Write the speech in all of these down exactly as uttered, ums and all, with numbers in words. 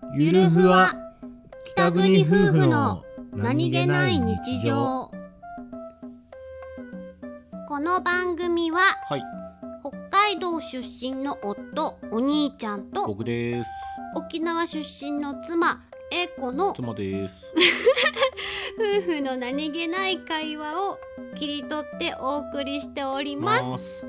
ゆるふわ北国夫婦の何気ない日常。 この番組は、 はい、 北海道出身の夫お兄ちゃんと僕です。 沖縄出身の妻英子の妻です夫婦の何気ない会話を切り取ってお送りしております。 ます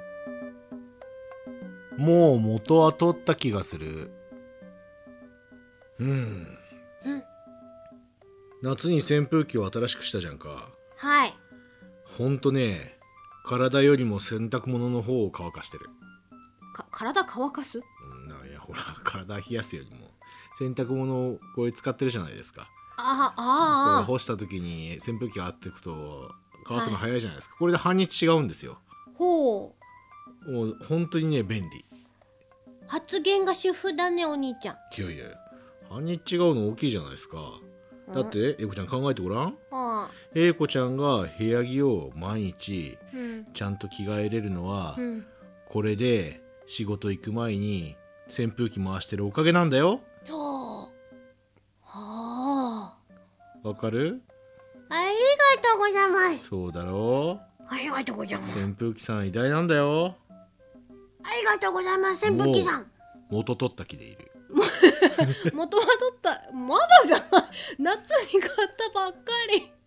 もう元は取った気がする。うん、 うん、 夏に扇風機を新しくしたじゃんか。 はい。 ほんとね、体よりも洗濯物の方を乾かしてる。 か体乾かす？ うん、いやほら体冷やすよりも洗濯物をこれ使ってるじゃないですか。 ああこれあ干した時に扇風機があっていくと乾くの早いじゃないですか、はい、これで半日違うんですよ。 ほうもう本当にね便利。 発言が主婦だねお兄ちゃん。 いやいや半日違うの大きいじゃないですか。だって英子ちゃん考えてごらん。英子ちゃんが部屋着を毎日ちゃんと着替えれるのは、うん、これで仕事行く前に扇風機回してるおかげなんだよ。はあわかる？ ありがとうございます。 そうだろう。 ありがとうございます。 扇風機さん偉大なんだよ。 ありがとうございます。扇風機さん元取った気でいる元は取ったまだじゃない夏に買ったばっかり。